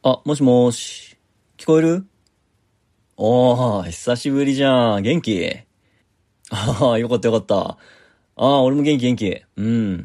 あ、もしもーし。聞こえる？おー、久しぶりじゃん。元気？ああ、よかったよかった。ああ、俺も元気元気。うん。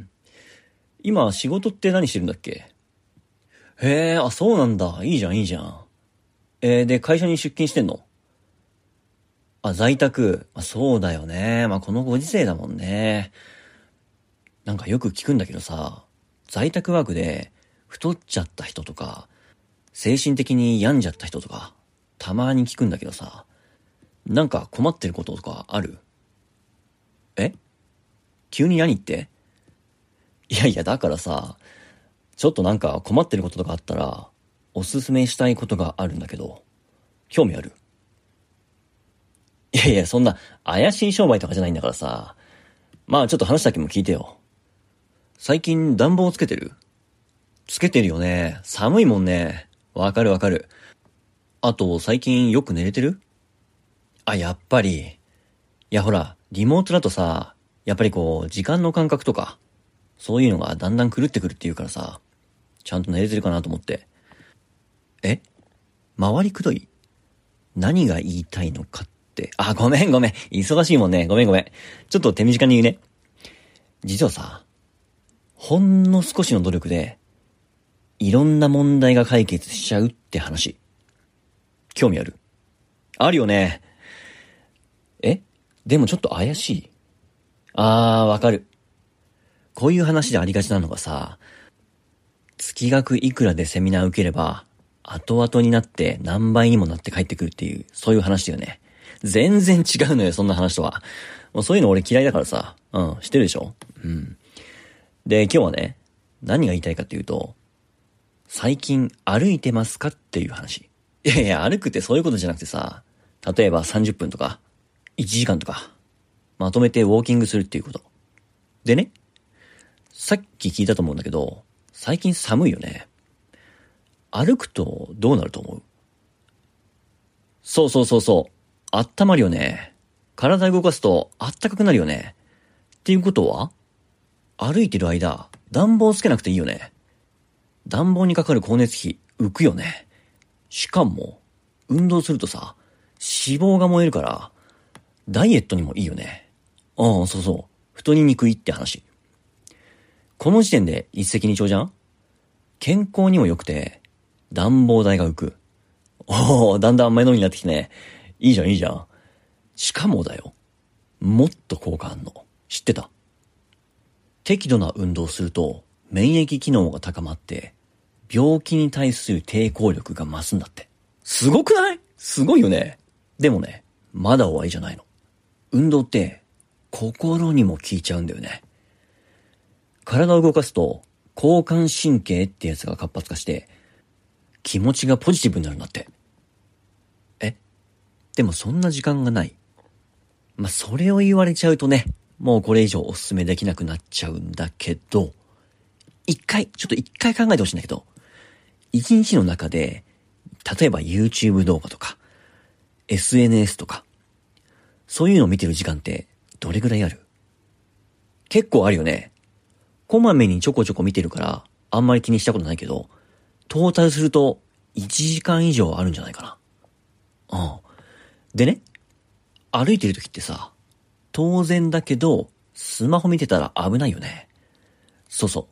今、仕事って何してるんだっけ？へえ、あ、そうなんだ。いいじゃんいいじゃん。で、会社に出勤してんの？あ、在宅。そうだよね。このご時世だもんね。なんかよく聞くんだけどさ、在宅ワークで太っちゃった人とか、精神的に病んじゃった人とか、たまに聞くんだけどさ、なんか困ってることとかある？え？急に何って？いやいや、だからさ、ちょっとなんか困ってることとかあったら、おすすめしたいことがあるんだけど、興味ある？いやいや、そんな怪しい商売とかじゃないんだからさ、ちょっと話だけも聞いてよ。最近暖房つけてる？つけてるよね。寒いもんね。わかるわかる。あと、最近よく寝れてる？あ、やっぱり。いやほら、リモートだとさ、やっぱり時間の感覚とか、そういうのがだんだん狂ってくるっていうからさ、ちゃんと寝れてるかなと思って。え？回りくどい？何が言いたいのかって。あ、ごめんごめん。忙しいもんね。ごめんごめん。ちょっと手短に言うね。実はさ、ほんの少しの努力で、いろんな問題が解決しちゃうって話。興味ある？あるよね。え？でもちょっと怪しい。わかる。こういう話でありがちなのがさ、月額いくらでセミナー受ければ、後々になって何倍にもなって帰ってくるっていう、そういう話だよね。全然違うのよ、そんな話とは。もうそういうの俺嫌いだからさ。知ってるでしょ？うん。で、今日はね、何が言いたいかっていうと、最近歩いてますかっていう話。いやいや、歩くってそういうことじゃなくてさ、例えば30分とか、1時間とか、まとめてウォーキングするっていうこと。でね、さっき聞いたと思うんだけど、最近寒いよね。歩くとどうなると思う？そうそうそうそう。温まるよね。体動かすとあったかくなるよね。っていうことは、歩いてる間、暖房つけなくていいよね。暖房にかかる光熱費浮くよね。しかも、運動するとさ、脂肪が燃えるから、ダイエットにもいいよね。そうそう。太りにくいって話。この時点で一石二鳥じゃん？健康にも良くて、暖房代が浮く。だんだん前のめりになってきてね。いいじゃんいいじゃん。しかもだよ。もっと効果あんの。知ってた？適度な運動をすると免疫機能が高まって病気に対する抵抗力が増すんだって。すごくない？すごいよね。でもね、まだ終わりじゃないの。運動って心にも効いちゃうんだよね。体を動かすと交感神経ってやつが活発化して気持ちがポジティブになるんだって。え？でもそんな時間がない。それを言われちゃうとね、もうこれ以上おすすめできなくなっちゃうんだけど、ちょっと一回考えてほしいんだけど、一日の中で、例えば YouTube 動画とか、SNS とか、そういうのを見てる時間ってどれぐらいある？結構あるよね。こまめにちょこちょこ見てるから、あんまり気にしたことないけど、トータルすると1時間以上あるんじゃないかな。でね、歩いてる時ってさ、当然だけど、スマホ見てたら危ないよね。そうそう。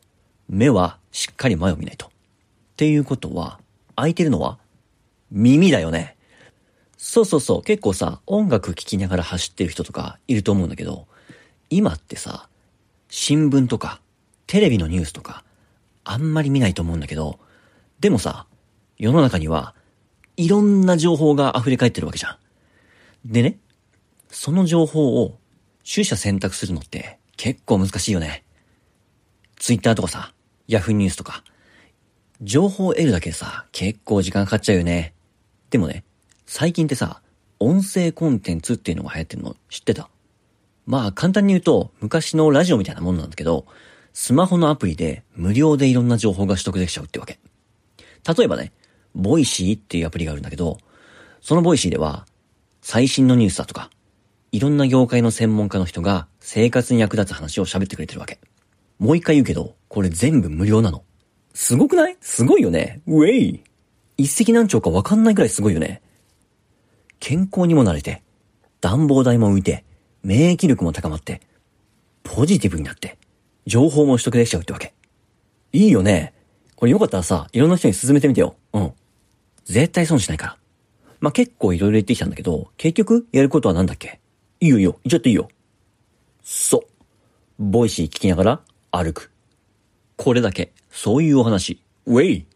目はしっかり前を見ないと。っていうことは、空いてるのは耳だよね。そうそうそう。結構さ、音楽聴きながら走ってる人とかいると思うんだけど、今ってさ、新聞とか、テレビのニュースとか、あんまり見ないと思うんだけど、でもさ、世の中には、いろんな情報が溢れ返ってるわけじゃん。でね、その情報を取捨選択するのって結構難しいよね。ツイッターとかさ、ヤフーニュースとか、情報を得るだけでさ、結構時間かかっちゃうよね。でもね、最近ってさ、音声コンテンツっていうのが流行ってるの知ってた？簡単に言うと、昔のラジオみたいなもんなんだけど、スマホのアプリで無料でいろんな情報が取得できちゃうってわけ。例えばね、ボイシーっていうアプリがあるんだけど、そのボイシーでは、最新のニュースだとか、いろんな業界の専門家の人が生活に役立つ話を喋ってくれてるわけ。もう一回言うけど、これ全部無料なの。すごくない？すごいよね。ウェイ。 一石何鳥かわかんないくらいすごいよね。健康にもなれて、暖房代も浮いて、免疫力も高まって、ポジティブになって、情報も取得できちゃうってわけ。いいよね。これよかったらさ、いろんな人に勧めてみてよ。うん。絶対損しないから。まあ、結構いろいろ言ってきたんだけど、結局やることはなんだっけ？いいよいいよ、言っちゃっていいよ。そう。ボイシー聞きながら歩く。これだけ。そういうお話。ウェイ